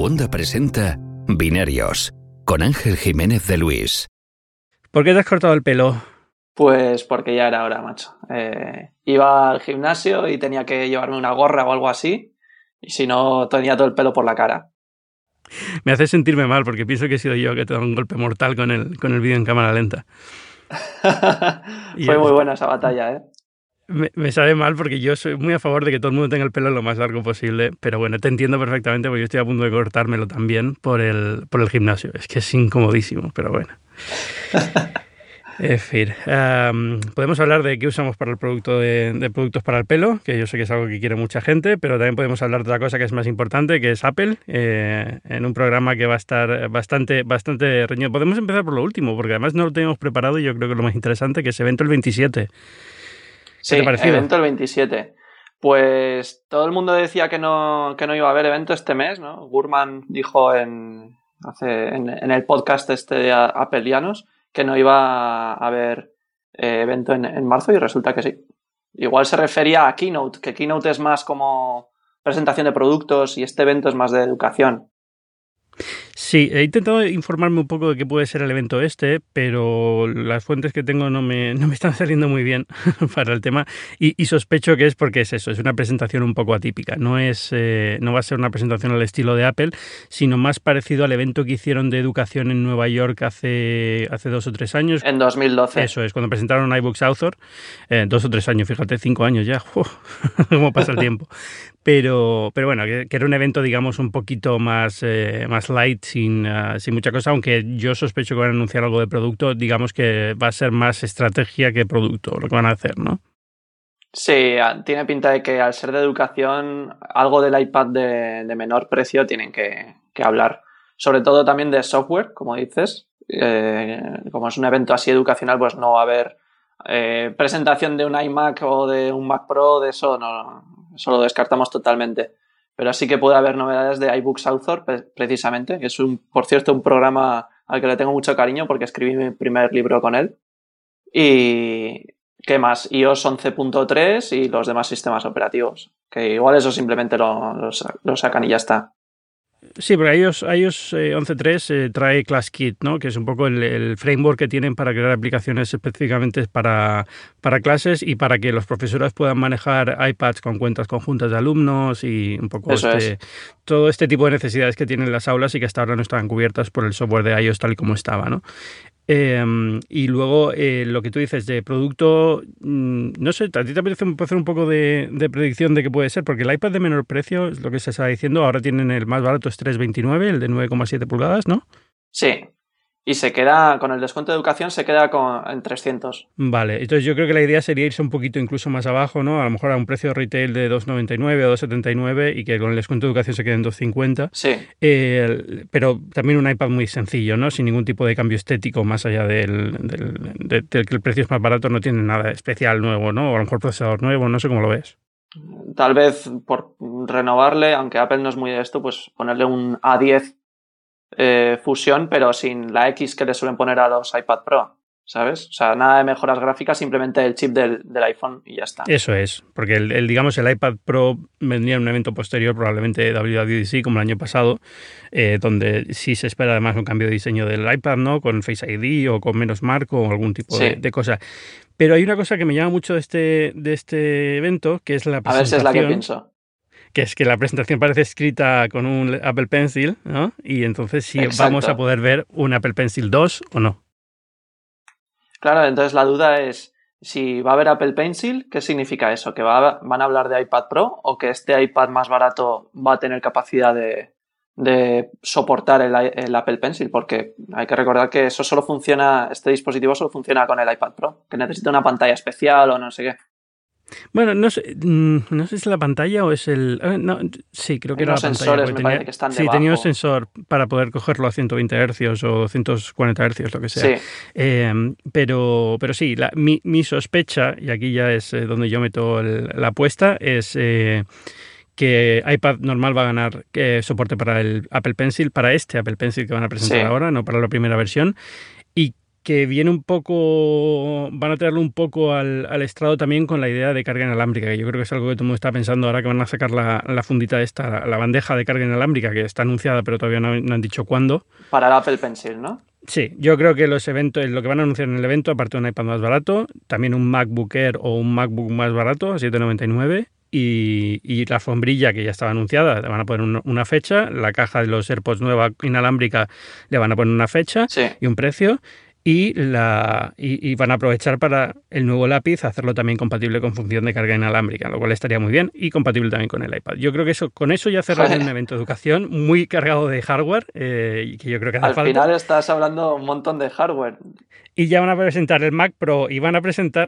Segunda presenta Binarios, con Ángel Jiménez de Luis. ¿Por qué te has cortado el pelo? Pues porque ya era hora, macho. Iba al gimnasio y tenía que llevarme una gorra o algo así, y si no, tenía todo el pelo por la cara. Me hace sentirme mal porque pienso que he sido yo que te da un golpe mortal con el vídeo en cámara lenta. Fue muy buena esa batalla, ¿eh? Me sabe mal porque yo soy muy a favor de que todo el mundo tenga el pelo lo más largo posible, pero bueno, te entiendo perfectamente porque yo estoy a punto de cortármelo también por el gimnasio. Es que es incomodísimo, pero bueno. En fin, podemos hablar de qué usamos para el producto de productos para el pelo, que yo sé que es algo que quiere mucha gente, pero también podemos hablar de otra cosa que es más importante, que es Apple, en un programa que va a estar bastante reñido. Podemos empezar por lo último, porque además no lo tenemos preparado y yo creo que lo más interesante, que es evento el 27. Sí, evento el 27. Pues todo el mundo decía que no iba a haber evento este mes, ¿no? Gurman dijo en el podcast de Appleianos que no iba a haber evento en marzo y resulta que sí. Igual se refería a Keynote, que Keynote es más como presentación de productos y este evento es más de educación. Sí, he intentado informarme un poco de qué puede ser el evento pero las fuentes que tengo no me están saliendo muy bien para el tema y sospecho que es porque es eso, es una presentación un poco atípica. No va a ser una presentación al estilo de Apple, sino más parecido al evento que hicieron de educación en Nueva York hace 2 o 3 años. En 2012. Eso es, cuando presentaron iBooks Author, 2 o 3 años, fíjate, 5 años ya, cómo pasa el tiempo. Pero bueno, que era un evento, digamos, un poquito más light, sin mucha cosa, aunque yo sospecho que van a anunciar algo de producto, digamos que va a ser más estrategia que producto lo que van a hacer, ¿no? Sí, tiene pinta de que al ser de educación, algo del iPad de menor precio tienen que hablar. Sobre todo también de software, como dices. Como es un evento así educacional, pues no va a haber presentación de un iMac o de un Mac Pro, de eso eso lo descartamos totalmente. Pero sí que puede haber novedades de iBooks Author, precisamente, que es, por cierto, un programa al que le tengo mucho cariño porque escribí mi primer libro con él. Y ¿qué más? iOS 11.3 y los demás sistemas operativos. Que igual eso simplemente lo sacan y ya está. Sí, pero iOS 11.3 trae ClassKit, ¿no? Que es un poco el framework que tienen para crear aplicaciones específicamente para clases y para que los profesores puedan manejar iPads con cuentas conjuntas de alumnos y un poco todo este tipo de necesidades que tienen las aulas y que hasta ahora no estaban cubiertas por el software de iOS tal y como estaba, ¿no? Y luego lo que tú dices de producto, no sé, ¿a ti te apetece hacer un poco de predicción de qué puede ser? Porque el iPad de menor precio, es lo que se está diciendo, ahora tienen el más barato, es 329, el de 9,7 pulgadas, ¿no? Sí, y se queda, con el descuento de educación, se queda en 300. Vale, entonces yo creo que la idea sería irse un poquito incluso más abajo, ¿no? A lo mejor a un precio de retail de 2,99 o 2,79 y que con el descuento de educación se quede en 2,50. Sí. Pero también un iPad muy sencillo, ¿no? Sin ningún tipo de cambio estético más allá del que el precio es más barato, no tiene nada especial nuevo, ¿no? O a lo mejor procesador nuevo, no sé cómo lo ves. Tal vez por renovarle, aunque Apple no es muy de esto, pues ponerle un A10 Fusion, pero sin la X que le suelen poner a los iPad Pro, ¿sabes? O sea, nada de mejoras gráficas, simplemente el chip del iPhone y ya está. Eso es, porque digamos el iPad Pro vendría en un evento posterior, probablemente WWDC, como el año pasado, donde sí se espera además un cambio de diseño del iPad, ¿no? Con Face ID o con menos marco o algún tipo de cosa. Pero hay una cosa que me llama mucho de este evento, que es la presentación. A ver si es la que pienso. Que es que la presentación parece escrita con un Apple Pencil, ¿no? Y entonces sí vamos a poder ver un Apple Pencil 2 o no. Claro, entonces la duda es si va a haber Apple Pencil, ¿qué significa eso? ¿Que van a hablar de iPad Pro o que este iPad más barato va a tener capacidad de soportar el Apple Pencil? Porque hay que recordar que este dispositivo solo funciona con el iPad Pro, que necesita una pantalla especial o no sé qué. Bueno, no sé si es la pantalla o es el... no, sí, creo que era la pantalla. Sensores, me parece que están debajo. Sí, tenía un sensor para poder cogerlo a 120 Hz o 240 Hz, lo que sea. Sí. Pero sí, mi sospecha, y aquí ya es donde yo meto la apuesta, es que iPad normal va a ganar soporte para el Apple Pencil, para este Apple Pencil que van a presentar ahora, no para la primera versión. Y que viene un poco, van a traerlo un poco al estrado también con la idea de carga inalámbrica, que yo creo que es algo que todo el mundo está pensando ahora que van a sacar la fundita esta, la bandeja de carga inalámbrica, que está anunciada pero todavía no han dicho cuándo. Para el Apple Pencil, ¿no? Sí, yo creo que los eventos, lo que van a anunciar en el evento, aparte de un iPad más barato, también un MacBook Air o un MacBook más barato, a $799, y la alfombrilla que ya estaba anunciada, le van a poner una fecha, la caja de los AirPods nueva inalámbrica le van a poner una fecha y un precio, y van a aprovechar para el nuevo lápiz hacerlo también compatible con función de carga inalámbrica, lo cual estaría muy bien, y compatible también con el iPad. Yo creo que con eso ya cerraré un evento de educación muy cargado de hardware, que yo creo que hace falta. Al final estás hablando un montón de hardware. Y ya van a presentar el Mac Pro y van a presentar...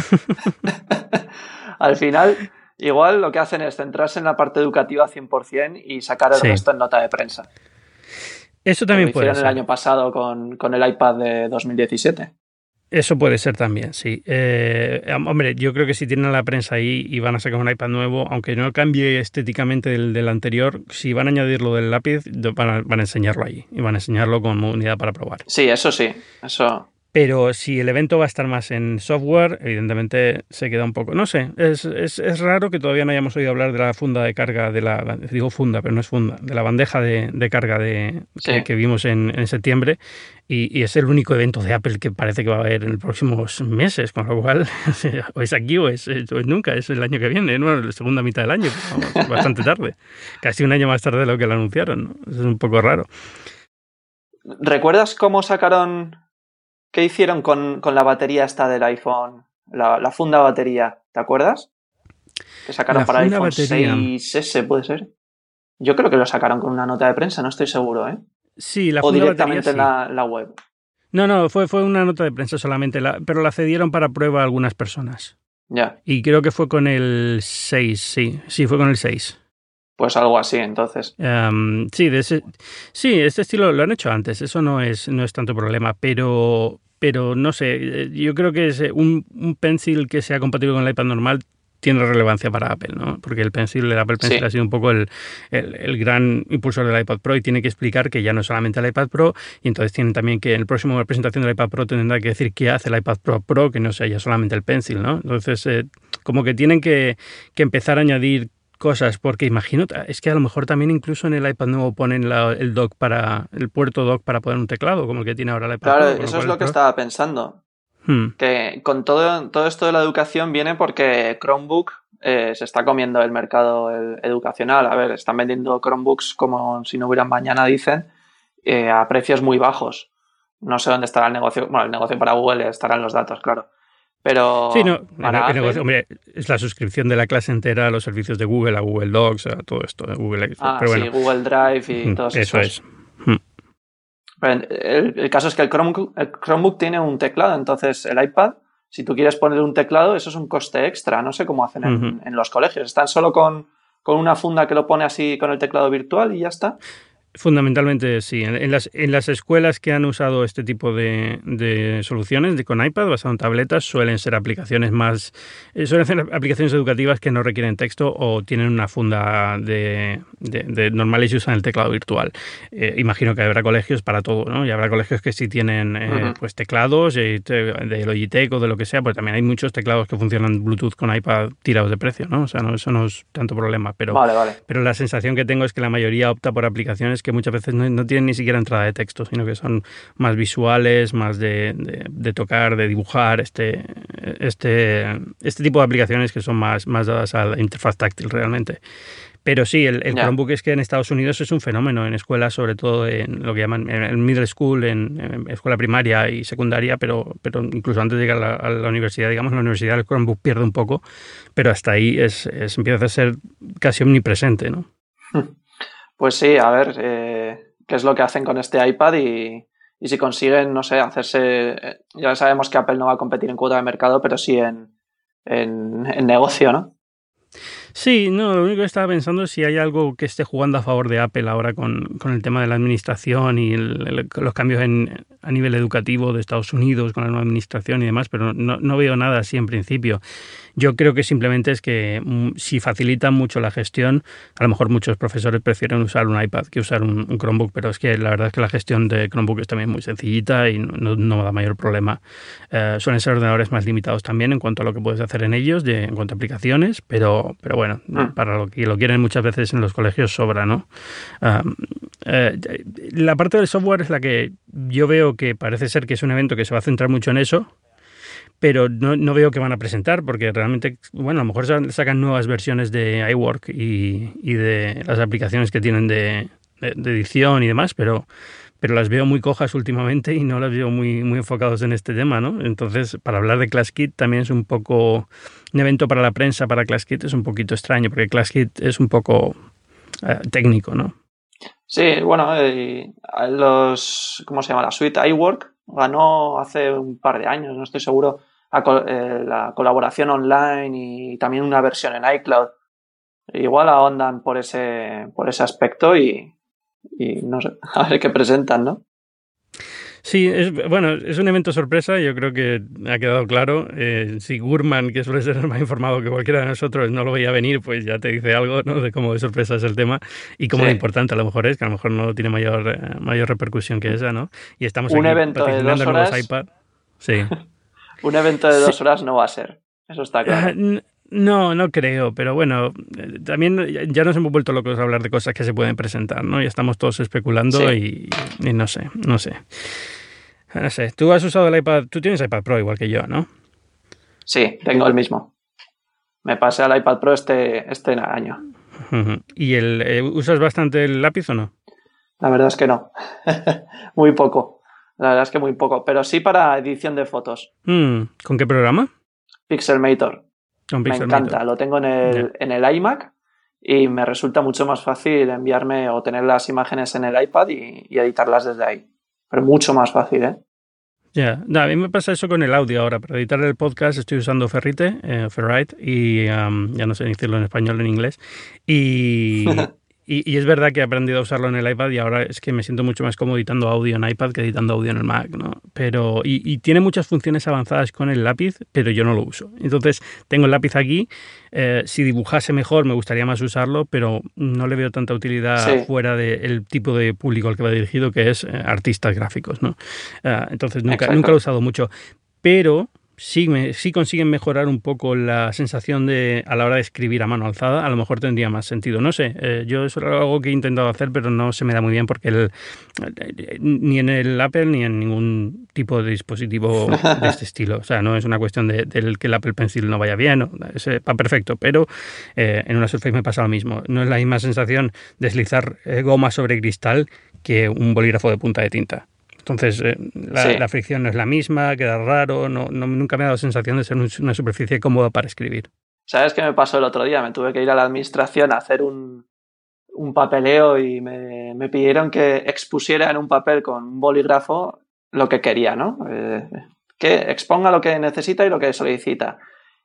Al final, igual lo que hacen es centrarse en la parte educativa 100% y sacar el resto en nota de prensa. Eso también puede ser. Lo hicieron el año pasado con el iPad de 2017. Eso puede ser también, sí. Hombre, yo creo que si tienen la prensa ahí y van a sacar un iPad nuevo, aunque no cambie estéticamente del anterior, si van a añadir lo del lápiz, van a enseñarlo ahí y van a enseñarlo como unidad para probar. Sí, eso. Pero si el evento va a estar más en software, evidentemente se queda un poco... No sé, es raro que todavía no hayamos oído hablar de la funda de carga, digo funda, pero no es funda, de la bandeja de carga que vimos en septiembre, y es el único evento de Apple que parece que va a haber en los próximos meses, con lo cual o es aquí o es nunca, es el año que viene, ¿no? La segunda mitad del año, vamos, bastante tarde, casi un año más tarde de lo que lo anunciaron, ¿no? Es un poco raro. ¿Recuerdas cómo sacaron... ¿Qué hicieron con la batería esta del iPhone? La funda batería, ¿te acuerdas? Que sacaron para el iPhone 6S, ¿puede ser? Yo creo que lo sacaron con una nota de prensa, no estoy seguro, ¿eh? Sí, la funda batería. O directamente en la web. No, fue una nota de prensa solamente, pero la cedieron para prueba a algunas personas. Ya. Y creo que fue con el 6, sí, fue con el 6. Pues algo así, entonces. Este estilo lo han hecho antes, eso no es tanto problema, pero no sé, yo creo que es un Pencil que sea compatible con el iPad normal tiene relevancia para Apple, ¿no? Porque el Apple Pencil ha sido un poco el gran impulsor del iPad Pro y tiene que explicar que ya no es solamente el iPad Pro, y entonces tienen también que en el próximo presentación del iPad Pro tendrá que decir qué hace el iPad Pro, que no sea ya solamente el Pencil, ¿no? Entonces, como que tienen que empezar a añadir cosas, porque imagino, es que a lo mejor también incluso en el iPad nuevo ponen el puerto dock para poner un teclado, como el que tiene ahora el iPad Pro. Claro, eso es lo que estaba pensando. Que con todo esto de la educación viene porque Chromebook se está comiendo el mercado educacional. A ver, están vendiendo Chromebooks como si no hubieran mañana, dicen, a precios muy bajos. No sé dónde estará el negocio. Bueno, el negocio para Google estarán los datos, claro. Pero sí, no, el negocio, hombre, es la suscripción de la clase entera a los servicios de Google, a Google Docs, a todo esto de Google. Pero bueno, Google Drive y todos eso estos. Pero el caso es que el Chromebook tiene un teclado, entonces el iPad, si tú quieres poner un teclado, eso es un coste extra. No sé cómo hacen en los colegios. ¿Están solo con una funda que lo pone así con el teclado virtual y ya está? Fundamentalmente sí. En las escuelas que han usado este tipo de soluciones con iPad basado en tabletas suelen ser aplicaciones educativas que no requieren texto o tienen una funda de normales y usan el teclado virtual. Imagino que habrá colegios para todo, ¿no? Y habrá colegios que sí tienen pues teclados de Logitech o de lo que sea, pues también hay muchos teclados que funcionan Bluetooth con iPad tirados de precio, ¿no? O sea, eso no es tanto problema, pero la sensación que tengo es que la mayoría opta por aplicaciones que muchas veces no tienen ni siquiera entrada de texto, sino que son más visuales, más de tocar, de dibujar, este tipo de aplicaciones que son más dadas a la interfaz táctil realmente. Pero sí, el Chromebook es que en Estados Unidos es un fenómeno en escuelas, sobre todo en lo que llaman en middle school, en escuela primaria y secundaria, pero incluso antes de llegar a la universidad, digamos, en la universidad el Chromebook pierde un poco, pero hasta ahí empieza a ser casi omnipresente, ¿no? Pues sí, a ver qué es lo que hacen con este iPad y si consiguen, no sé, hacerse... Ya sabemos que Apple no va a competir en cuota de mercado, pero sí en negocio, ¿no? Sí, no, lo único que estaba pensando es si hay algo que esté jugando a favor de Apple ahora con el tema de la administración y los cambios a nivel educativo de Estados Unidos con la nueva administración y demás, pero no veo nada así en principio. Yo creo que simplemente es que si facilitan mucho la gestión, a lo mejor muchos profesores prefieren usar un iPad que usar un Chromebook, pero es que la verdad es que la gestión de Chromebook es también muy sencillita y no da mayor problema. Suelen ser ordenadores más limitados también en cuanto a lo que puedes hacer en ellos, en cuanto a aplicaciones, pero bueno, para lo que lo quieren muchas veces en los colegios sobra, ¿no? La parte del software es la que yo veo que parece ser que es un evento que se va a centrar mucho en eso, pero no veo que van a presentar, porque realmente, bueno, a lo mejor sacan nuevas versiones de iWork y de las aplicaciones que tienen de edición y demás, pero las veo muy cojas últimamente y no las veo muy enfocados en este tema, ¿no? Entonces, para hablar de ClassKit también es un poco un evento para la prensa, para ClassKit es un poquito extraño, porque ClassKit es un poco técnico, ¿no? Sí, bueno, ¿cómo se llama? La suite iWork ganó hace un par de años, no estoy seguro, la colaboración online y también una versión en iCloud. Igual ahondan por ese aspecto y no sé, a ver qué presentan, ¿no? Sí, es un evento sorpresa, yo creo que ha quedado claro. Si Gurman, que suele ser más informado que cualquiera de nosotros, no lo veía venir, pues ya te dice algo, ¿no? De cómo de sorpresa es el tema y cómo de importante a lo mejor es, que a lo mejor no tiene mayor repercusión que esa, ¿no? Y estamos un aquí evento de 2 horas. iPad. Sí. Un evento de 2 horas no va a ser, eso está claro. No creo, pero bueno, también ya nos hemos vuelto locos a hablar de cosas que se pueden presentar, ¿no? Ya estamos todos especulando y no sé. No sé, tú has usado el iPad, tú tienes iPad Pro igual que yo, ¿no? Sí, tengo el mismo. Me pasé al iPad Pro este año. ¿Y usas bastante el lápiz o no? La verdad es que no. Muy poco. La verdad es que muy poco. Pero sí para edición de fotos. ¿Con qué programa? Pixelmator. Me encanta. Lo tengo en el iMac y me resulta mucho más fácil enviarme o tener las imágenes en el iPad y editarlas desde ahí. Pero mucho más fácil, ¿eh? Ya, a mí me pasa eso con el audio ahora. Para editar el podcast estoy usando Ferrite, y ya no sé decirlo en español o en inglés. Y es verdad que he aprendido a usarlo en el iPad y ahora es que me siento mucho más cómodo editando audio en iPad que editando audio en el Mac, ¿no? Pero, y tiene muchas funciones avanzadas con el lápiz, pero yo no lo uso. Entonces, tengo el lápiz aquí. Si dibujase mejor, me gustaría más usarlo, pero no le veo tanta utilidad fuera del tipo de público al que va dirigido, que es artistas gráficos, ¿no? Entonces, nunca lo he usado mucho. Pero sí consiguen mejorar un poco la sensación a la hora de escribir a mano alzada, a lo mejor tendría más sentido. No sé, yo eso es algo que he intentado hacer, pero no se me da muy bien porque ni en el Apple ni en ningún tipo de dispositivo de este estilo. O sea, no es una cuestión de que el Apple Pencil no vaya bien, va perfecto, pero en una Surface me pasa lo mismo. No es la misma sensación deslizar goma sobre cristal que un bolígrafo de punta de tinta. Entonces, la fricción no es la misma, queda raro, nunca me ha dado sensación de ser una superficie cómoda para escribir. ¿Sabes qué me pasó el otro día? Me tuve que ir a la administración a hacer un papeleo y me pidieron que expusiera en un papel con un bolígrafo lo que quería, ¿no? Que exponga lo que necesita y lo que solicita.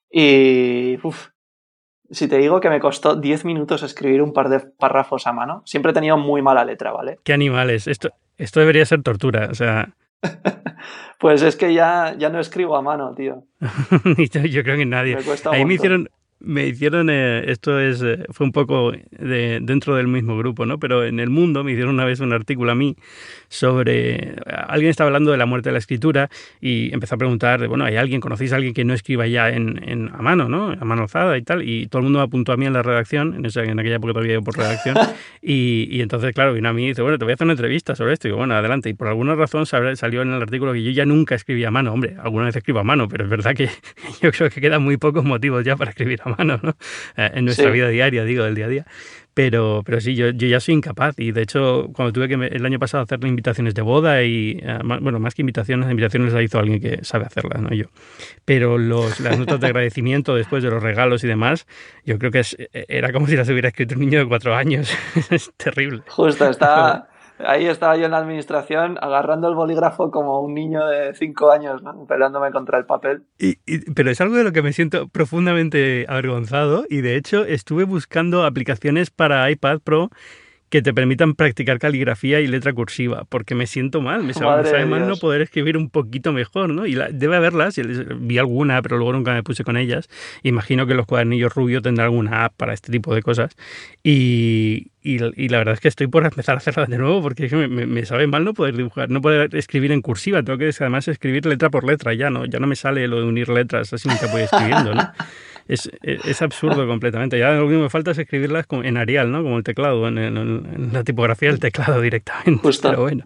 Y si te digo que me costó 10 minutos escribir un par de párrafos a mano, siempre he tenido muy mala letra, ¿vale? ¿Qué animales? Esto debería ser tortura, o sea... Pues es que ya no escribo a mano, tío. Yo creo que nadie. Me cuesta Ahí me hicieron fue un poco dentro del mismo grupo, ¿no? Pero en El Mundo me hicieron una vez un artículo a mí sobre... Alguien estaba hablando de la muerte de la escritura y empezó a preguntar, ¿conocéis a alguien que no escriba ya a mano, ¿no? A mano alzada y tal? Y todo el mundo me apuntó a mí en la redacción, en aquella época todavía yo por redacción, y entonces, claro, vino a mí y dice, te voy a hacer una entrevista sobre esto. Y digo, adelante. Y por alguna razón salió en el artículo que yo ya nunca escribía a mano. Hombre, alguna vez escribo a mano, pero es verdad que yo creo que quedan muy pocos motivos ya para escribir a mano, ¿no? En nuestra vida diaria, del día a día. Pero sí, yo ya soy incapaz y de hecho cuando tuve que el año pasado hacerle invitaciones de boda y más que invitaciones las hizo alguien que sabe hacerlas, no yo. Pero las notas de agradecimiento después de los regalos y demás, yo creo que era como si las hubiera escrito un niño de 4 años. Es terrible. Justo, ahí estaba yo en la administración agarrando el bolígrafo como un niño de 5 años, ¿no? Pelándome contra el papel. Pero es algo de lo que me siento profundamente avergonzado y de hecho estuve buscando aplicaciones para iPad Pro que te permitan practicar caligrafía y letra cursiva, porque me siento mal, me sabe mal no poder escribir un poquito mejor, ¿no? Y debe haberlas, vi alguna, pero luego nunca me puse con ellas. Imagino que los cuadernillos Rubio tendrán alguna app para este tipo de cosas. Y la verdad es que estoy por empezar a hacerlas de nuevo, porque es que me sabe mal no poder dibujar, no poder escribir en cursiva. Tengo que además escribir letra por letra, ya no me sale lo de unir letras así mientras voy escribiendo, ¿no? Es absurdo completamente. Ya lo único que me falta es escribirlas en Arial, ¿no? Como el teclado, en la tipografía del teclado directamente. Justo. Pero bueno.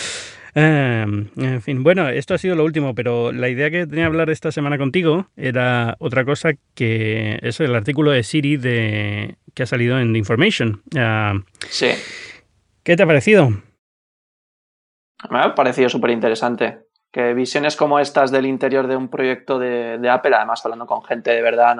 En fin, bueno, esto ha sido lo último, pero la idea que tenía de hablar esta semana contigo era otra cosa, que es el artículo de Siri que ha salido en The Information. Sí. ¿Qué te ha parecido? Me ha parecido súper interesante. Que visiones como estas del interior de un proyecto de Apple, además hablando con gente de verdad,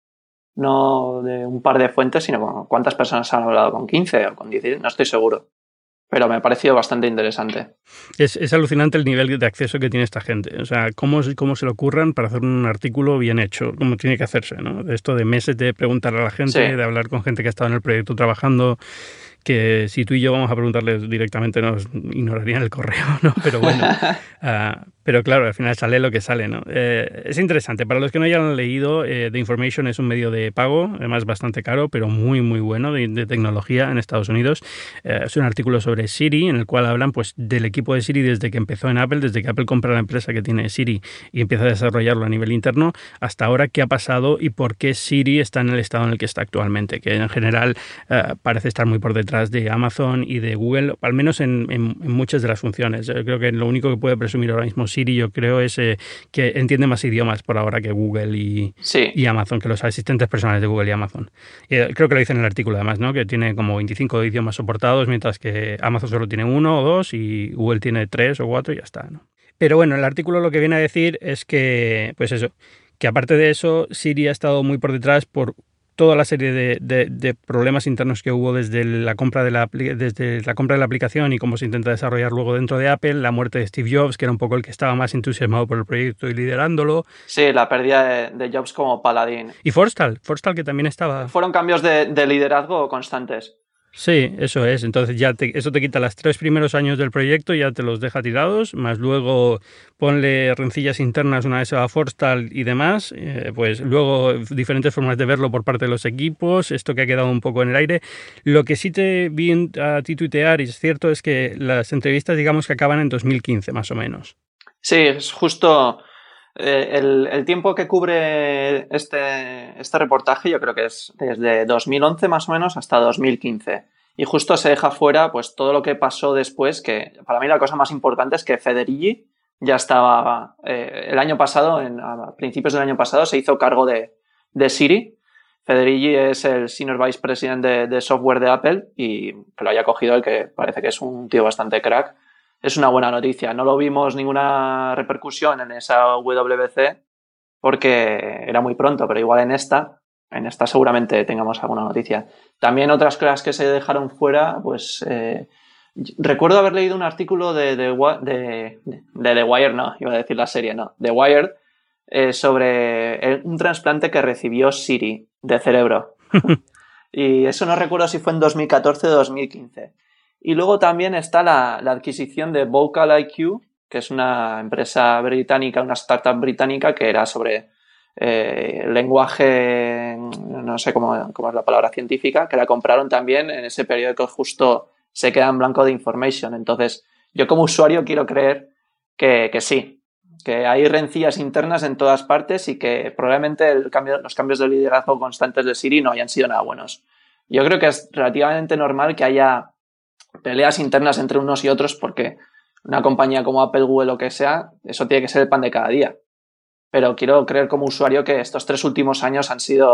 no de un par de fuentes, sino con cuántas personas han hablado, con 15 o con 10, no estoy seguro. Pero me ha parecido bastante interesante. Es alucinante el nivel de acceso que tiene esta gente. O sea, cómo se le ocurran para hacer un artículo bien hecho, como tiene que hacerse, ¿no? De esto de meses de preguntar a la gente, sí, de hablar con gente que ha estado en el proyecto trabajando, que si tú y yo vamos a preguntarles directamente nos ignorarían el correo, ¿no? Pero bueno, pero claro, al final sale lo que sale, ¿no? Es interesante. Para los que no hayan leído, The Information es un medio de pago, además bastante caro, pero muy, muy bueno, de tecnología en Estados Unidos. Es un artículo sobre Siri, en el cual hablan pues del equipo de Siri desde que empezó en Apple, desde que Apple compra la empresa que tiene Siri y empieza a desarrollarlo a nivel interno, hasta ahora qué ha pasado y por qué Siri está en el estado en el que está actualmente, que en general parece estar muy por detrás de Amazon y de Google, al menos en muchas de las funciones. Yo creo que lo único que puede presumir ahora mismo Siri, yo creo, es que entiende más idiomas por ahora que Google y Amazon, que los asistentes personales de Google y Amazon. Creo que lo dice en el artículo además, ¿no? Que tiene como 25 idiomas soportados, mientras que Amazon solo tiene 1 o 2 y Google tiene 3 o 4 y ya está, ¿no? Pero bueno, el artículo lo que viene a decir es que, pues eso, que aparte de eso, Siri ha estado muy por detrás por toda la serie de problemas internos que hubo desde la compra de la aplicación y cómo se intenta desarrollar luego dentro de Apple, la muerte de Steve Jobs, que era un poco el que estaba más entusiasmado por el proyecto y liderándolo. Sí, la pérdida de Jobs como paladín. Y Forstall que también estaba... Fueron cambios de liderazgo constantes. Sí, eso es. Entonces ya eso te quita los 3 primeros años del proyecto, ya te los deja tirados, más luego ponle rencillas internas una vez se va a Forstall y demás, pues luego diferentes formas de verlo por parte de los equipos, esto que ha quedado un poco en el aire. Lo que sí te vi a ti tuitear, y es cierto, es que las entrevistas digamos que acaban en 2015 más o menos. Sí, es justo... el tiempo que cubre este reportaje yo creo que es desde 2011 más o menos hasta 2015 y justo se deja fuera pues todo lo que pasó después, que para mí la cosa más importante es que Federighi ya estaba el año pasado, a principios del año pasado se hizo cargo de Siri. Federighi es el Senior Vice President de software de Apple y que lo haya cogido el que parece que es un tío bastante crack. Es una buena noticia. No lo vimos ninguna repercusión en esa WWDC porque era muy pronto, pero igual en esta seguramente tengamos alguna noticia. También otras cosas que se dejaron fuera, pues recuerdo haber leído un artículo de The Wire, no, iba a decir la serie, no, The Wire, sobre un trasplante que recibió Siri de cerebro. Y eso no recuerdo si fue en 2014 o 2015. Y luego también está la adquisición de Vocal IQ, que es una empresa británica, una startup británica que era sobre lenguaje, no sé cómo es la palabra científica, que la compraron también en ese periodo que justo se queda en blanco de information. Entonces, yo como usuario quiero creer que sí, que hay rencillas internas en todas partes y que probablemente los cambios de liderazgo constantes de Siri no hayan sido nada buenos. Yo creo que es relativamente normal que haya peleas internas entre unos y otros porque una compañía como Apple, Google o que sea, eso tiene que ser el pan de cada día. Pero quiero creer como usuario que estos 3 últimos años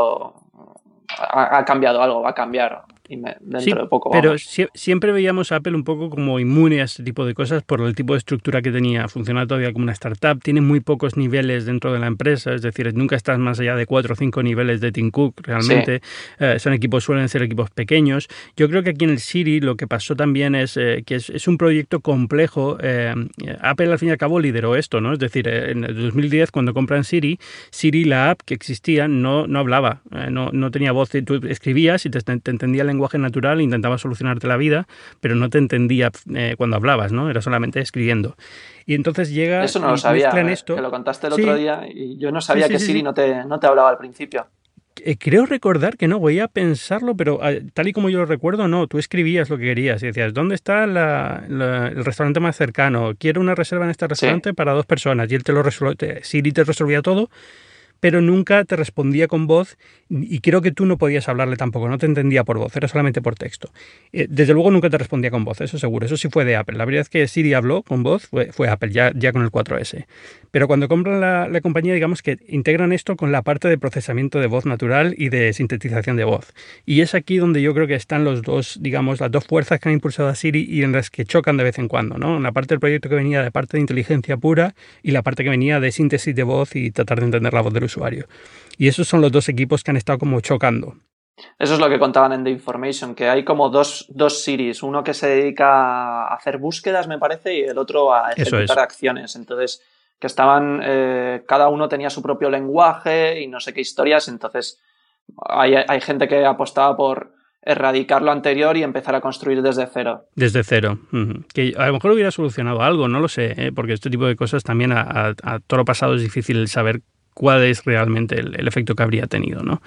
ha cambiado algo, va a cambiar dentro de poco. Pero siempre veíamos a Apple un poco como inmune a este tipo de cosas por el tipo de estructura que tenía. Funciona todavía como una startup, tiene muy pocos niveles dentro de la empresa, es decir, nunca estás más allá de 4 o 5 niveles de Tim Cook realmente. Sí. Suelen ser equipos pequeños. Yo creo que aquí en el Siri lo que pasó también es que es un proyecto complejo. Apple al fin y al cabo lideró esto, ¿no? Es decir, en el 2010 cuando compran Siri, la app que existía no hablaba, no tenía voz. Tú escribías y te entendía el lenguaje lenguaje natural, intentaba solucionarte la vida, pero no te entendía cuando hablabas, ¿no? Era solamente escribiendo. Y entonces llega Eso no lo y sabía, mezclan esto. que lo contaste el Sí, otro día y yo no sabía sí, que sí, Siri sí. no te hablaba al principio. Creo recordar que no, voy a pensarlo, pero tal y como yo lo recuerdo, no, tú escribías lo que querías y decías, ¿dónde está el restaurante más cercano? Quiero una reserva en este Sí. restaurante para 2 personas y él Siri te resolvía todo, pero nunca te respondía con voz y creo que tú no podías hablarle tampoco, no te entendía por voz, era solamente por texto. Desde luego nunca te respondía con voz, eso seguro, eso sí fue de Apple. La verdad es que Siri habló con voz fue Apple, ya con el 4S. Pero cuando compran la compañía, digamos que integran esto con la parte de procesamiento de voz natural y de sintetización de voz. Y es aquí donde yo creo que están los dos, digamos, las dos fuerzas que han impulsado a Siri y en las que chocan de vez en cuando, ¿no? En la parte del proyecto que venía de parte de inteligencia pura y la parte que venía de síntesis de voz y tratar de entender la voz del usuario. Y esos son los dos equipos que han estado como chocando. Eso es lo que contaban en The Information, que hay como dos Siris, uno que se dedica a hacer búsquedas, me parece, y el otro a Eso ejecutar es. acciones. Entonces, que estaban, cada uno tenía su propio lenguaje y no sé qué historias, entonces hay gente que apostaba por erradicar lo anterior y empezar a construir desde cero. Desde cero. Que a lo mejor hubiera solucionado algo, no lo sé, porque este tipo de cosas también a toro pasado es difícil saber cuál es realmente el efecto que habría tenido, ¿no?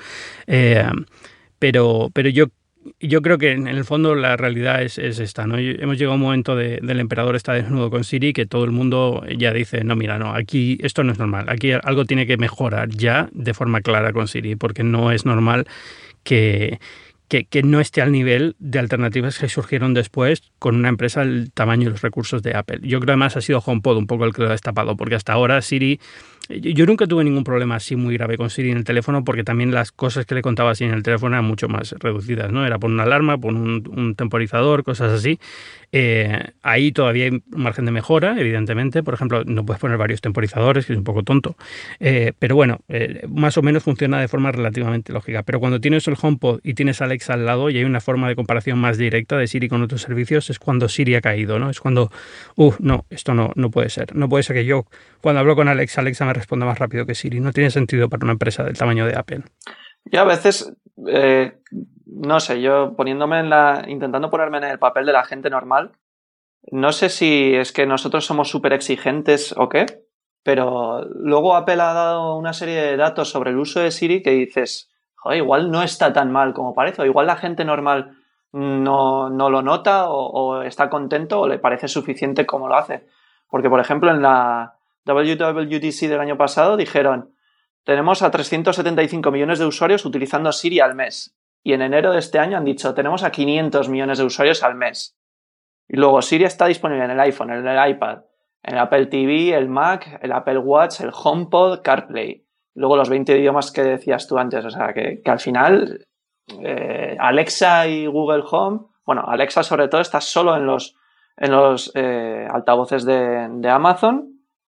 Pero yo creo que en el fondo la realidad es esta, ¿no? Hemos llegado a un momento del emperador está desnudo con Siri que todo el mundo ya dice, no, mira, no, aquí esto no es normal, aquí algo tiene que mejorar ya de forma clara con Siri, porque no es normal que no esté al nivel de alternativas que surgieron después con una empresa del tamaño y los recursos de Apple. Yo creo que además ha sido HomePod un poco el que lo ha destapado, porque hasta ahora Siri... Yo nunca tuve ningún problema así muy grave con Siri en el teléfono, porque también las cosas que le contaba así en el teléfono eran mucho más reducidas, ¿no? Era poner una alarma, poner un temporizador, cosas así. Ahí todavía hay margen de mejora, evidentemente. Por ejemplo, no puedes poner varios temporizadores, que es un poco tonto. Pero bueno, más o menos funciona de forma relativamente lógica. Pero cuando tienes el HomePod y tienes Alexa al lado y hay una forma de comparación más directa de Siri con otros servicios, es cuando Siri ha caído, ¿no? Es cuando, no, esto no puede ser. No puede ser que yo, cuando hablo con Alexa me responda más rápido que Siri. No tiene sentido para una empresa del tamaño de Apple. Yo a veces, no sé, yo intentando ponerme en el papel de la gente normal, no sé si es que nosotros somos súper exigentes o qué, pero luego Apple ha dado una serie de datos sobre el uso de Siri que dices, joder, igual no está tan mal como parece, o igual la gente normal no lo nota o está contento o le parece suficiente como lo hace. Porque, por ejemplo, en la WWDC del año pasado dijeron, tenemos a 375 millones de usuarios utilizando Siri al mes. Y en enero de este año han dicho, tenemos a 500 millones de usuarios al mes. Y luego Siri está disponible en el iPhone, en el iPad, en el Apple TV, el Mac, el Apple Watch, el HomePod, CarPlay. Luego los 20 idiomas que decías tú antes. O sea, que al final Alexa y Google Home, bueno, Alexa sobre todo está solo en los altavoces de Amazon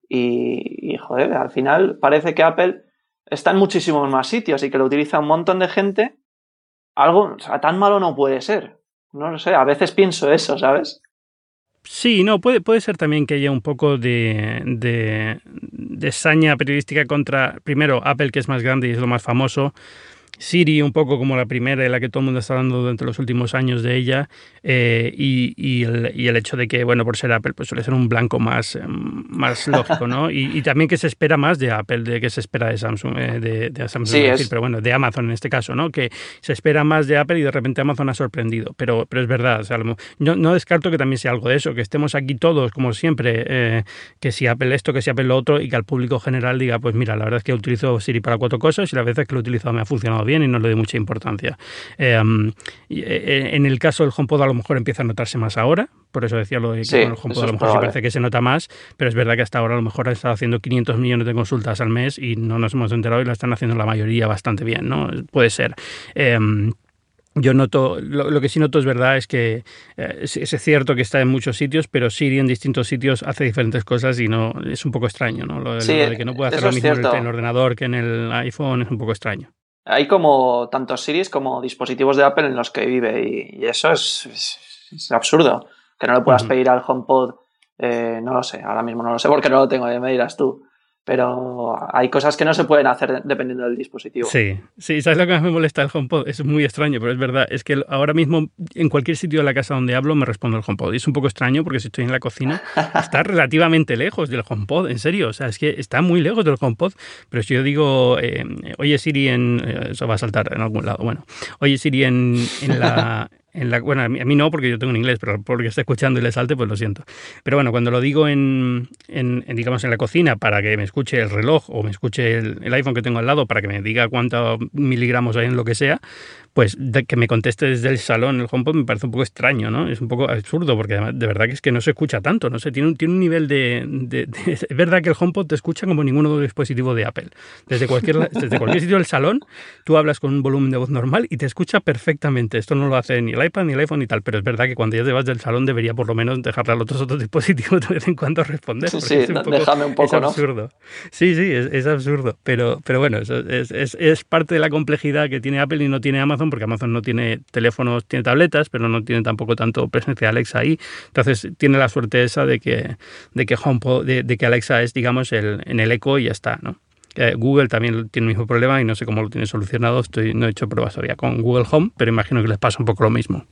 y joder, al final parece que Apple está en muchísimos más sitios y que lo utiliza un montón de gente. Algo, o sea, tan malo no puede ser. No lo sé, a veces pienso eso, ¿sabes? Sí, no, puede ser también que haya un poco de saña periodística contra, primero, Apple, que es más grande y es lo más famoso, Siri, un poco como la primera y la que todo el mundo está hablando durante los últimos años de ella, y el hecho de que, bueno, por ser Apple, pues suele ser un blanco más lógico, ¿no? Y también que se espera más de Apple, de que se espera de Samsung, de Samsung, Sí, decir, pero bueno, de Amazon en este caso, ¿no? Que se espera más de Apple y de repente Amazon ha sorprendido, pero es verdad, o sea, no descarto que también sea algo de eso, que estemos aquí todos, como siempre, que si Apple esto, que si Apple lo otro, y que al público general diga, pues mira, la verdad es que utilizo Siri para 4 cosas y las veces que lo he utilizado me ha funcionado bien y no le doy mucha importancia. En el caso del HomePod a lo mejor empieza a notarse más ahora, por eso decía lo de que sí, con el HomePod a lo mejor probable. sí parece que se nota más, pero es verdad que hasta ahora a lo mejor ha estado haciendo 500 millones de consultas al mes y no nos hemos enterado y la están haciendo la mayoría bastante bien, ¿no? Puede ser. Yo noto, lo que sí noto es verdad es que es cierto que está en muchos sitios, pero Siri en distintos sitios hace diferentes cosas y no es un poco extraño, ¿no? Lo de que no puede hacer lo mismo en el ordenador que en el iPhone es un poco extraño. Hay como tantos Siris como dispositivos de Apple en los que vive y eso es absurdo. Que no le puedas pedir al HomePod, no lo sé, ahora mismo no lo sé porque no lo tengo, ya me dirás tú. pero hay cosas que no se pueden hacer dependiendo del dispositivo. Sí, sí, ¿sabes lo que más me molesta el HomePod? Es muy extraño, pero es verdad. Es que ahora mismo en cualquier sitio de la casa donde hablo me responde el HomePod. Y es un poco extraño porque si estoy en la cocina está relativamente lejos del HomePod, en serio. O sea, es que está muy lejos del HomePod. Pero si yo digo, oye Siri eso va a saltar en algún lado. Bueno, oye Siri bueno, a mí no, porque yo tengo en inglés, pero porque esté escuchando y le salte, pues lo siento. Pero bueno, cuando lo digo digamos, en la cocina para que me escuche el reloj o me escuche el iPhone que tengo al lado para que me diga cuántos miligramos hay en lo que sea, pues que me conteste desde el salón el HomePod me parece un poco extraño, ¿no? Es un poco absurdo porque además, de verdad que es que no se escucha tanto, no sé, tiene un nivel es verdad que el HomePod te escucha como ninguno de los dispositivos de Apple. Desde cualquier sitio del salón, tú hablas con un volumen de voz normal y te escucha perfectamente. Esto no lo hace ni el iPad, ni el iPhone, ni tal, pero es verdad que cuando ya te vas del salón debería por lo menos dejarle a los otros dispositivos de vez en cuando responder. Sí, déjame un poco, es absurdo. ¿No? Sí, es absurdo, pero bueno, eso es parte de la complejidad que tiene Apple y no tiene Amazon, porque Amazon no tiene teléfonos, tiene tabletas, pero no tiene tampoco tanto presencia de Alexa ahí. Entonces tiene la suerte esa de que HomePod, de que Alexa es, digamos, en el Echo y ya está, ¿no? Google también tiene el mismo problema y no sé cómo lo tiene solucionado. No he hecho pruebas todavía con Google Home, pero imagino que les pasa un poco lo mismo.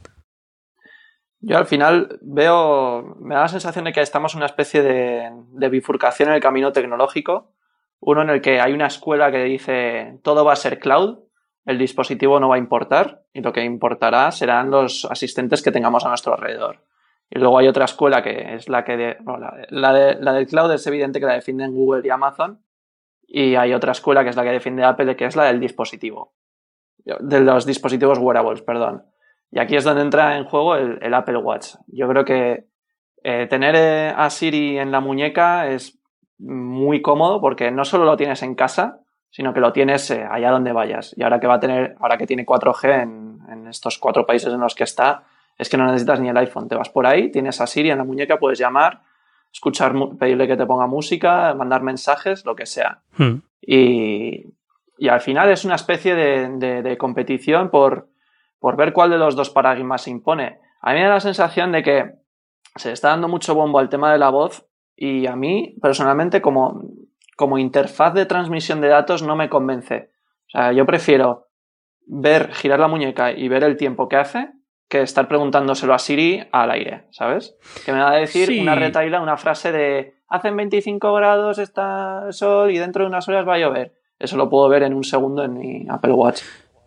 Yo al final me da la sensación de que estamos en una especie de bifurcación en el camino tecnológico. Uno en el que hay una escuela que dice todo va a ser cloud, el dispositivo no va a importar y lo que importará serán los asistentes que tengamos a nuestro alrededor. Y luego hay otra escuela que es la del cloud es evidente que la defienden Google y Amazon, y hay otra escuela que es la que defiende Apple, que es la del dispositivo, de los dispositivos wearables, perdón. Y aquí es donde entra en juego el Apple Watch. Yo creo que tener a Siri en la muñeca es muy cómodo porque no solo lo tienes en casa, sino que lo tienes allá donde vayas. Y ahora que tiene 4G en estos 4 países en los que está, es que no necesitas ni el iPhone. Te vas por ahí, tienes a Siri en la muñeca, puedes llamar, escuchar, pedirle que te ponga música, mandar mensajes, lo que sea. Y al final es una especie de competición por ver cuál de los dos paradigmas se impone. A mí me da la sensación de que se está dando mucho bombo al tema de la voz y a mí, personalmente, como interfaz de transmisión de datos no me convence. O sea, yo prefiero girar la muñeca y ver el tiempo que hace que estar preguntándoselo a Siri al aire, ¿sabes? Que me va a decir una retahíla, una frase de hacen 25 grados, está el sol y dentro de unas horas va a llover. Eso lo puedo ver en un segundo en mi Apple Watch.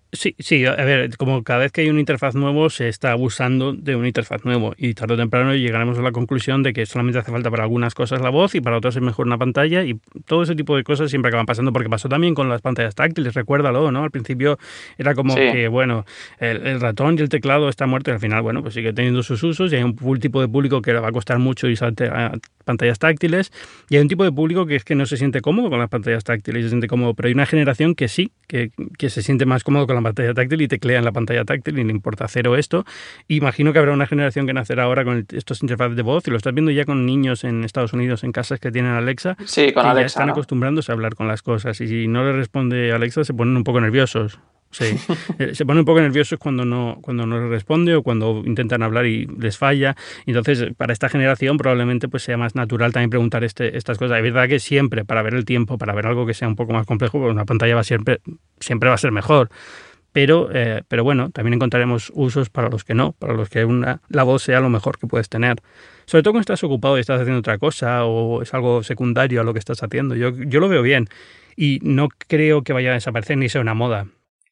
Sí, a ver, como cada vez que hay una interfaz nuevo se está abusando de una interfaz nuevo y tarde o temprano llegaremos a la conclusión de que solamente hace falta para algunas cosas la voz y para otras es mejor una pantalla y todo ese tipo de cosas siempre acaban pasando porque pasó también con las pantallas táctiles, recuérdalo, ¿no? Al principio era como que, bueno, el ratón y el teclado está muerto y al final, bueno, pues sigue teniendo sus usos y hay un tipo de público que le va a costar mucho irse a pantallas táctiles y hay un tipo de público que es que no se siente cómodo con las pantallas táctiles, se siente cómodo, pero hay una generación que sí, que se siente más cómodo con la pantalla táctil y teclea en la pantalla táctil y le importa cero esto. Imagino que habrá una generación que nacerá ahora con estos interfaces de voz y lo estás viendo ya con niños en Estados Unidos en casas que tienen Alexa, sí, con que Alexa, ya están acostumbrándose a hablar con las cosas y si no le responde Alexa se ponen un poco nerviosos. Sí, se ponen un poco nerviosos cuando no le responde o cuando intentan hablar y les falla. Entonces, para esta generación probablemente pues sea más natural también preguntar estas cosas. Es verdad que siempre, para ver el tiempo, para ver algo que sea un poco más complejo, pues una pantalla siempre va a ser mejor. Pero bueno, también encontraremos usos para los que no, para los que la voz sea lo mejor que puedes tener. Sobre todo cuando estás ocupado y estás haciendo otra cosa o es algo secundario a lo que estás haciendo. Yo lo veo bien y no creo que vaya a desaparecer ni sea una moda.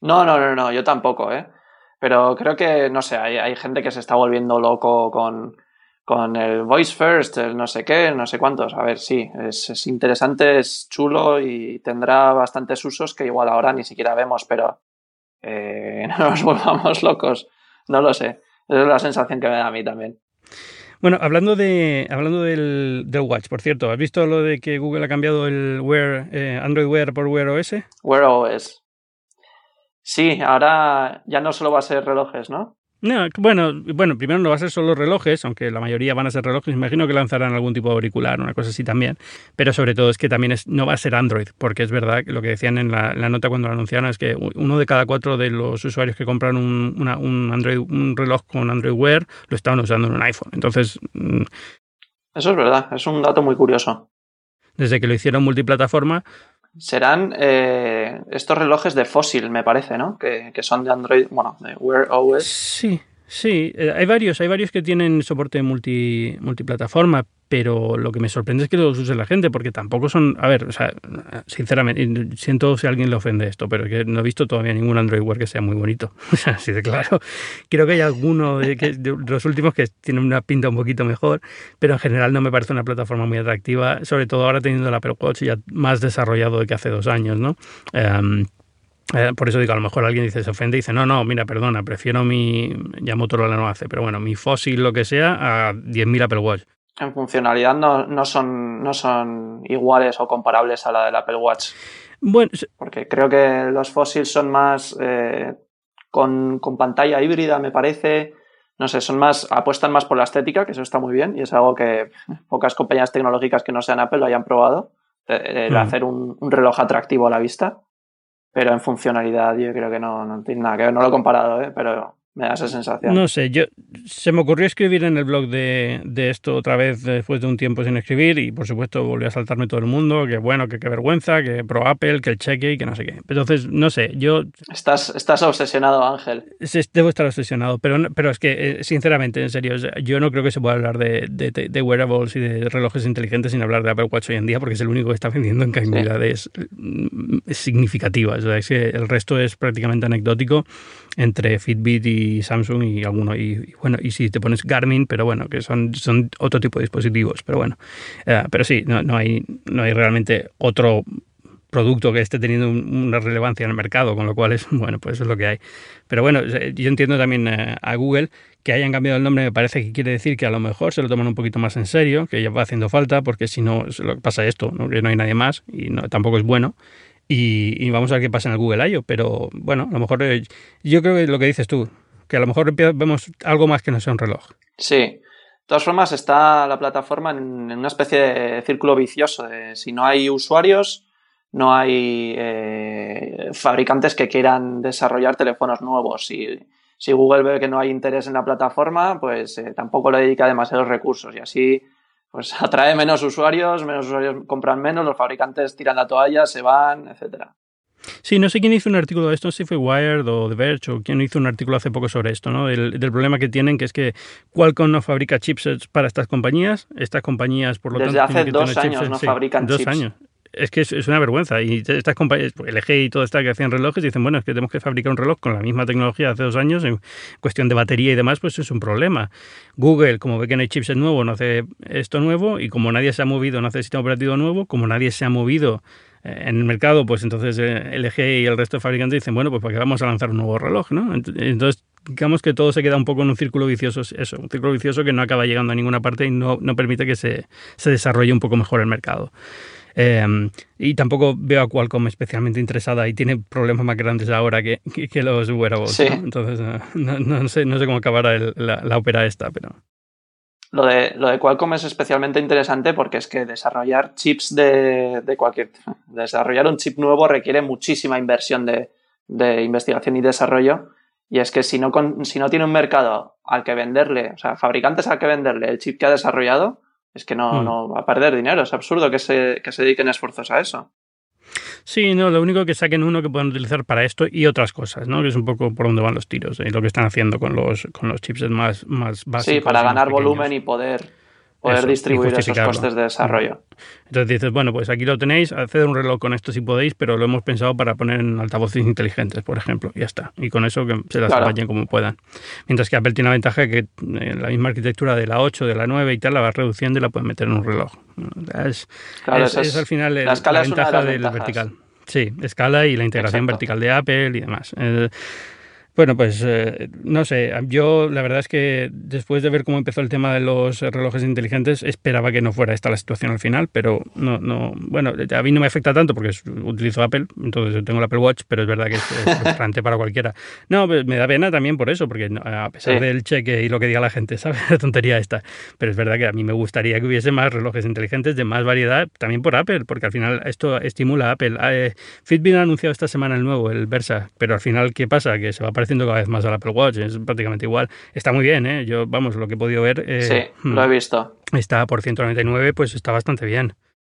No, yo tampoco, ¿eh? Pero creo que, no sé, hay gente que se está volviendo loco con el voice first, el no sé qué, no sé cuántos. A ver, sí, es interesante, es chulo y tendrá bastantes usos que igual ahora ni siquiera vemos, pero no nos volvamos locos. No lo sé. Esa es la sensación que me da a mí también. Bueno, hablando del Watch, por cierto, ¿has visto lo de que Google ha cambiado el Wear, Android Wear por Wear OS? Wear OS. Sí, ahora ya no solo va a ser relojes, ¿no? No, bueno, primero no va a ser solo relojes, aunque la mayoría van a ser relojes. Imagino que lanzarán algún tipo de auricular, una cosa así también. Pero sobre todo es que también no va a ser Android, porque es verdad que lo que decían en la nota cuando lo anunciaron es que 1 de cada 4 de los usuarios que compran un reloj con Android Wear lo estaban usando en un iPhone. Entonces... Eso es verdad, es un dato muy curioso. desde que lo hicieron multiplataforma. Serán estos relojes de Fossil, me parece, ¿no? Que son de Android, bueno, de Wear OS. Sí, hay varios que tienen soporte multiplataforma, pero lo que me sorprende es que los use la gente, porque tampoco son, a ver, o sea, sinceramente, siento si a alguien le ofende esto, pero que no he visto todavía ningún Android Wear que sea muy bonito, o sea, así de claro. Creo que hay alguno de los últimos que tienen una pinta un poquito mejor, pero en general no me parece una plataforma muy atractiva, sobre todo ahora teniendo el Apple Watch ya más desarrollado de que hace 2 años, ¿no? Por eso digo, a lo mejor alguien se ofende y dice, no, mira, perdona, prefiero ya Motorola no hace, pero bueno, mi Fossil, lo que sea, a 10.000 Apple Watch. En funcionalidad no son iguales o comparables a la del Apple Watch. Bueno, porque creo que los Fossil son más con pantalla híbrida, me parece. No sé, apuestan más por la estética, que eso está muy bien, y es algo que pocas compañías tecnológicas que no sean Apple lo hayan probado, el hacer un reloj atractivo a la vista. Pero en funcionalidad yo creo que no tiene nada que ver. No lo he comparado, pero me da esa sensación. No sé, se me ocurrió escribir en el blog de esto otra vez después de un tiempo sin escribir y por supuesto volvió a saltarme todo el mundo, que bueno, que qué vergüenza, que pro Apple, que el cheque y que no sé qué. Entonces, no sé, yo... Estás obsesionado, Ángel. Debo estar obsesionado, pero es que, sinceramente, en serio, yo no creo que se pueda hablar de wearables y de relojes inteligentes sin hablar de Apple Watch hoy en día, porque es el único que está vendiendo en cantidades significativas. O sea, es que el resto es prácticamente anecdótico entre Fitbit y Samsung y alguno, y bueno, y si te pones Garmin, pero bueno, que son otro tipo de dispositivos, pero bueno, pero sí, no hay realmente otro producto que esté teniendo una relevancia en el mercado, con lo cual bueno, pues eso es lo que hay. Pero bueno, yo entiendo también a Google que hayan cambiado el nombre, me parece que quiere decir que a lo mejor se lo toman un poquito más en serio, que ya va haciendo falta, porque si no, pasa esto, ¿no? Que no hay nadie más y tampoco es bueno. Y vamos a ver qué pasa en el Google I.O. Pero bueno, a lo mejor yo creo que lo que dices tú, que a lo mejor vemos algo más que no sea un reloj. Sí. De todas formas, está la plataforma en una especie de círculo vicioso. Si no hay usuarios, no hay fabricantes que quieran desarrollar teléfonos nuevos. Si Google ve que no hay interés en la plataforma, pues tampoco le dedica demasiados recursos y así pues atrae menos usuarios compran menos, los fabricantes tiran la toalla, se van, etcétera. Sí, no sé quién hizo un artículo de esto, no sé si fue Wired o The Verge o quién hizo un artículo hace poco sobre esto, ¿no? Del problema que tienen, que es que Qualcomm no fabrica chipsets para estas compañías, por lo desde tanto... Desde hace 2 años chipsets, no fabrican chips. 2 años. Es que es una vergüenza. Y estas compañías, LG y todo esto que hacían relojes, dicen, bueno, es que tenemos que fabricar un reloj con la misma tecnología de hace 2 años, en cuestión de batería y demás, pues es un problema. Google, como ve que no hay chipset nuevo, no hace esto nuevo, y como nadie se ha movido, no hace sistema operativo nuevo, como nadie se ha movido en el mercado, pues entonces LG y el resto de fabricantes dicen, bueno, pues ¿para qué vamos a lanzar un nuevo reloj, no? Entonces, digamos que todo se queda un poco en un círculo vicioso, un círculo vicioso que no acaba llegando a ninguna parte y no permite que se desarrolle un poco mejor el mercado. Y tampoco veo a Qualcomm especialmente interesada y tiene problemas más grandes ahora que los wearables, sí. ¿no? Entonces no sé cómo acabará la ópera esta, pero... Lo de Qualcomm es especialmente interesante porque es que desarrollar chips desarrollar un chip nuevo requiere muchísima inversión de investigación y desarrollo, y es que si no tiene un mercado al que venderle, o sea, fabricantes al que venderle el chip que ha desarrollado, es que no va a perder dinero. Es absurdo que se dediquen esfuerzos a eso. Sí, no, lo único que saquen uno que puedan utilizar para esto y otras cosas, ¿no? Que es un poco por donde van los tiros, lo que están haciendo con los chipsets más básicos. Sí, para ganar volumen y poder distribuir esos costes de desarrollo. Entonces dices, bueno, pues aquí lo tenéis, haced un reloj con esto si podéis, pero lo hemos pensado para poner en altavoces inteligentes, por ejemplo, y ya está. Y con eso que se las apañen como puedan. Mientras que Apple tiene la ventaja de que la misma arquitectura de la 8, de la 9 y tal, la va reduciendo y la pueden meter en un reloj. Es al final la ventaja del vertical. Sí, escala y la integración vertical de Apple y demás. Bueno, pues no sé, yo la verdad es que después de ver cómo empezó el tema de los relojes inteligentes esperaba que no fuera esta la situación al final, pero no, bueno, a mí no me afecta tanto porque utilizo Apple, entonces yo tengo el Apple Watch, pero es verdad que es frustrante para cualquiera. No, pues me da pena también por eso, porque a pesar del cheque y lo que diga la gente, ¿sabes? La tontería esta, pero es verdad que a mí me gustaría que hubiese más relojes inteligentes de más variedad, también por Apple, porque al final esto estimula a Apple. Fitbit ha anunciado esta semana el nuevo, el Versa, pero al final, ¿qué pasa? Que se va pareciendo cada vez más al Apple Watch, es prácticamente igual. Está muy bien, ¿eh? Yo, vamos, lo que he podido ver... sí, lo he visto. Está por 199, pues está bastante bien.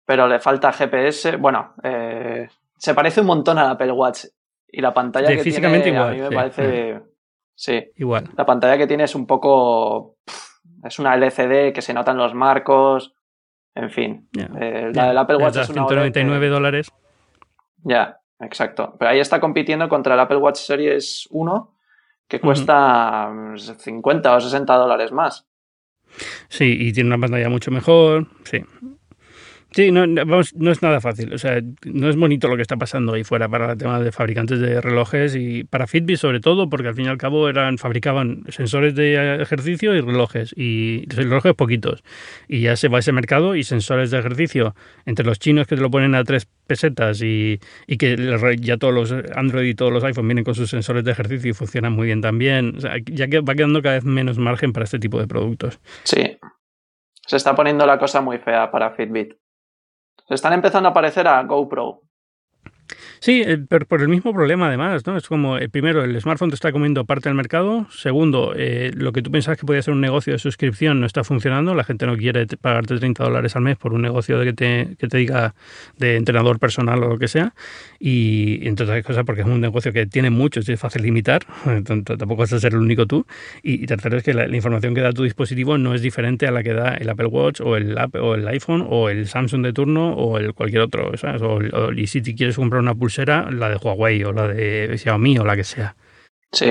pero le falta GPS. Bueno, se parece un montón al Apple Watch y la pantalla que físicamente tiene igual, a mí me parece... Sí, igual. La pantalla que tiene es un poco... Es una LCD que se notan los marcos, en fin. La del Apple Watch es una OLED $199. Ya, exacto. Pero ahí está compitiendo contra el Apple Watch Series 1, que cuesta $50 o $60 más. Sí, y tiene una pantalla mucho mejor, sí. Sí, no es nada fácil. O sea, no es bonito lo que está pasando ahí fuera para el tema de fabricantes de relojes y para Fitbit sobre todo, porque al fin y al cabo fabricaban sensores de ejercicio y relojes poquitos. Y ya se va a ese mercado y sensores de ejercicio entre los chinos que te lo ponen a 3 pesetas y que ya todos los Android y todos los iPhone vienen con sus sensores de ejercicio y funcionan muy bien también. O sea, ya que va quedando cada vez menos margen para este tipo de productos. Sí. Se está poniendo la cosa muy fea para Fitbit. Se están empezando a parecer a GoPro. Sí, pero por el mismo problema además, ¿no? Es como, primero, el smartphone te está comiendo parte del mercado. Segundo, lo que tú pensabas que podía ser un negocio de suscripción no está funcionando. La gente no quiere pagarte $30 al mes por un negocio que te diga de entrenador personal o lo que sea. Y entre otras cosas, porque es un negocio que tiene muchos y es fácil de imitar. Tampoco vas a ser el único tú. Y tercero es que la información que da tu dispositivo no es diferente a la que da el Apple Watch o el iPhone o el Samsung de turno o el cualquier otro, ¿sabes? Y si te quieres comprar una pulsera, la de Huawei o la de Xiaomi o la que sea. Sí.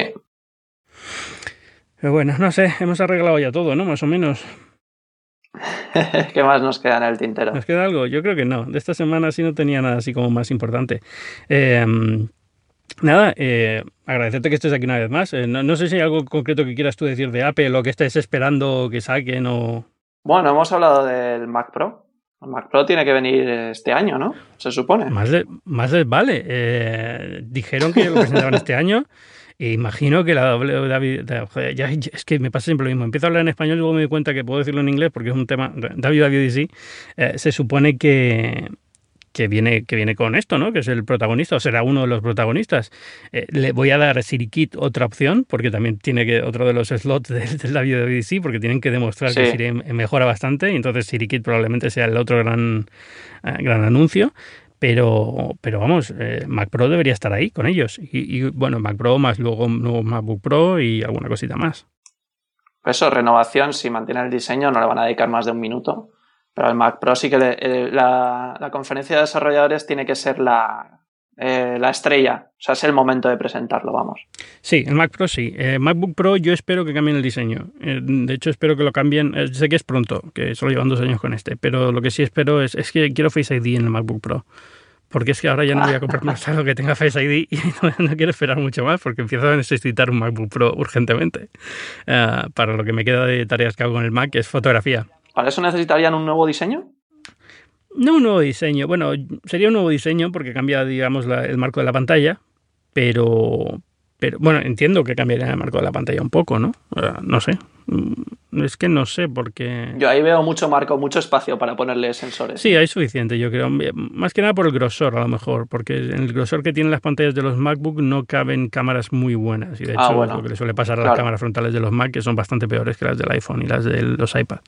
Pero bueno, no sé, hemos arreglado ya todo, ¿no? Más o menos. ¿Qué más nos queda en el tintero? ¿Nos queda algo? Yo creo que no. De esta semana sí no tenía nada así como más importante. Nada, agradecerte que estés aquí una vez más. No sé si hay algo concreto que quieras tú decir de Apple o que estés esperando que saquen o... Bueno, hemos hablado del Mac Pro. El Mac Pro tiene que venir este año, ¿no? Se supone. Más les vale. Dijeron que lo presentaban este año. E imagino que la es que me pasa siempre lo mismo. Empiezo a hablar en español y luego me doy cuenta que puedo decirlo en inglés porque es un tema... WWDC se supone que viene con esto, ¿no? Que es el protagonista, o será uno de los protagonistas. Le voy a dar a SiriKit otra opción, porque también tiene otro de los slots del WWDC, porque tienen que demostrar que Siri mejora bastante, y entonces SiriKit probablemente sea el otro gran anuncio. Pero vamos, Mac Pro debería estar ahí con ellos. Y bueno, Mac Pro más luego un nuevo MacBook Pro y alguna cosita más. Eso, renovación, si mantiene el diseño, no le van a dedicar más de un minuto. Pero al Mac Pro sí que la conferencia de desarrolladores tiene que ser la estrella. O sea, es el momento de presentarlo, vamos. Sí, el Mac Pro sí. MacBook Pro yo espero que cambien el diseño. De hecho, espero que lo cambien. Sé que es pronto, que solo llevan 2 años con este. Pero lo que sí espero es que quiero Face ID en el MacBook Pro. Porque es que ahora ya no voy a comprar más algo que tenga Face ID y no quiero esperar mucho más porque empiezo a necesitar un MacBook Pro urgentemente. Para lo que me queda de tareas que hago con el Mac, que es fotografía. ¿Para eso necesitarían un nuevo diseño? No un nuevo diseño. Bueno, sería un nuevo diseño porque cambia, digamos, el marco de la pantalla, pero bueno, entiendo que cambiaría el marco de la pantalla un poco, ¿no? No sé. Es que no sé porque... Yo ahí veo mucho marco, mucho espacio para ponerle sensores. Sí, hay suficiente, yo creo. Más que nada por el grosor, a lo mejor, porque en el grosor que tienen las pantallas de los MacBook no caben cámaras muy buenas. Y de hecho, es lo que le suele pasar a las cámaras frontales de los Mac, que son bastante peores que las del iPhone y las de los iPad.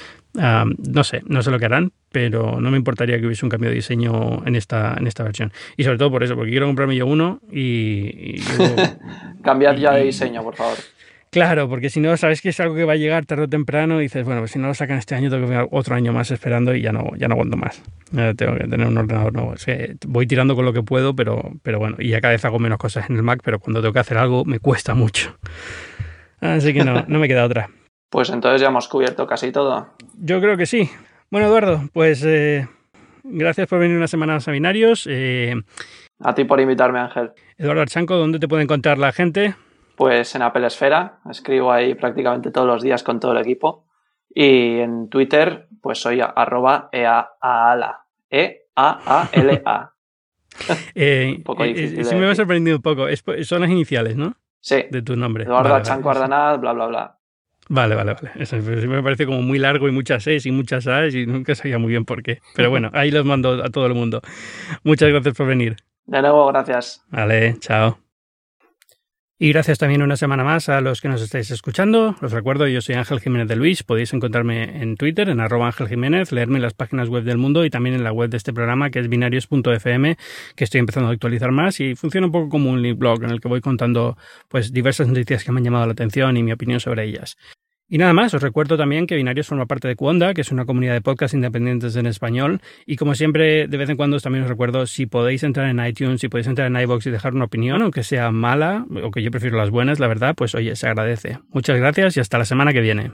No sé lo que harán, pero no me importaría que hubiese un cambio de diseño en esta versión. Y sobre todo por eso, porque quiero comprarme yo uno y Cambiad ya de diseño, por favor. Claro, porque si no, sabes que es algo que va a llegar tarde o temprano y dices, bueno, pues si no lo sacan este año, tengo que ver otro año más esperando y ya no aguanto más. Tengo que tener un ordenador nuevo. Es que voy tirando con lo que puedo, pero bueno, y ya cada vez hago menos cosas en el Mac, pero cuando tengo que hacer algo me cuesta mucho. Así que no me queda otra. Pues entonces ya hemos cubierto casi todo. Yo creo que sí. Bueno, Eduardo, pues gracias por venir una semana a Binarios. A ti por invitarme, Ángel. Eduardo Archanco, ¿dónde te puede encontrar la gente? Pues en Apple Esfera, escribo ahí prácticamente todos los días con todo el equipo. Y en Twitter, pues soy @eaala. E-A-A-L-A. Un poco difícil. Sí, me ha sorprendido un poco. Son las iniciales, ¿no? Sí. De tu nombre. Eduardo Archanco Ardanaz, bla, bla, bla. Vale. Eso me parece como muy largo y muchas E's y muchas A's y nunca sabía muy bien por qué. Pero bueno, ahí los mando a todo el mundo. Muchas gracias por venir. De nuevo, gracias. Vale, chao. Y gracias también una semana más a los que nos estáis escuchando. Os recuerdo, yo soy Ángel Jiménez de Luis. Podéis encontrarme en Twitter, en @AngelJiménez, leerme en las páginas web del mundo y también en la web de este programa, que es binarios.fm, que estoy empezando a actualizar más y funciona un poco como un blog en el que voy contando pues diversas noticias que me han llamado la atención y mi opinión sobre ellas. Y nada más, os recuerdo también que Binarios forma parte de Cuonda, que es una comunidad de podcasts independientes en español. Y como siempre, de vez en cuando también os recuerdo, si podéis entrar en iTunes, si podéis entrar en iVoox y dejar una opinión, aunque sea mala, o que yo prefiero las buenas, la verdad, pues oye, se agradece. Muchas gracias y hasta la semana que viene.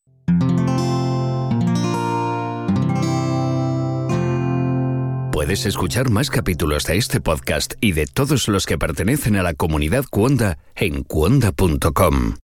Puedes escuchar más capítulos de este podcast y de todos los que pertenecen a la comunidad Cuonda en cuonda.com.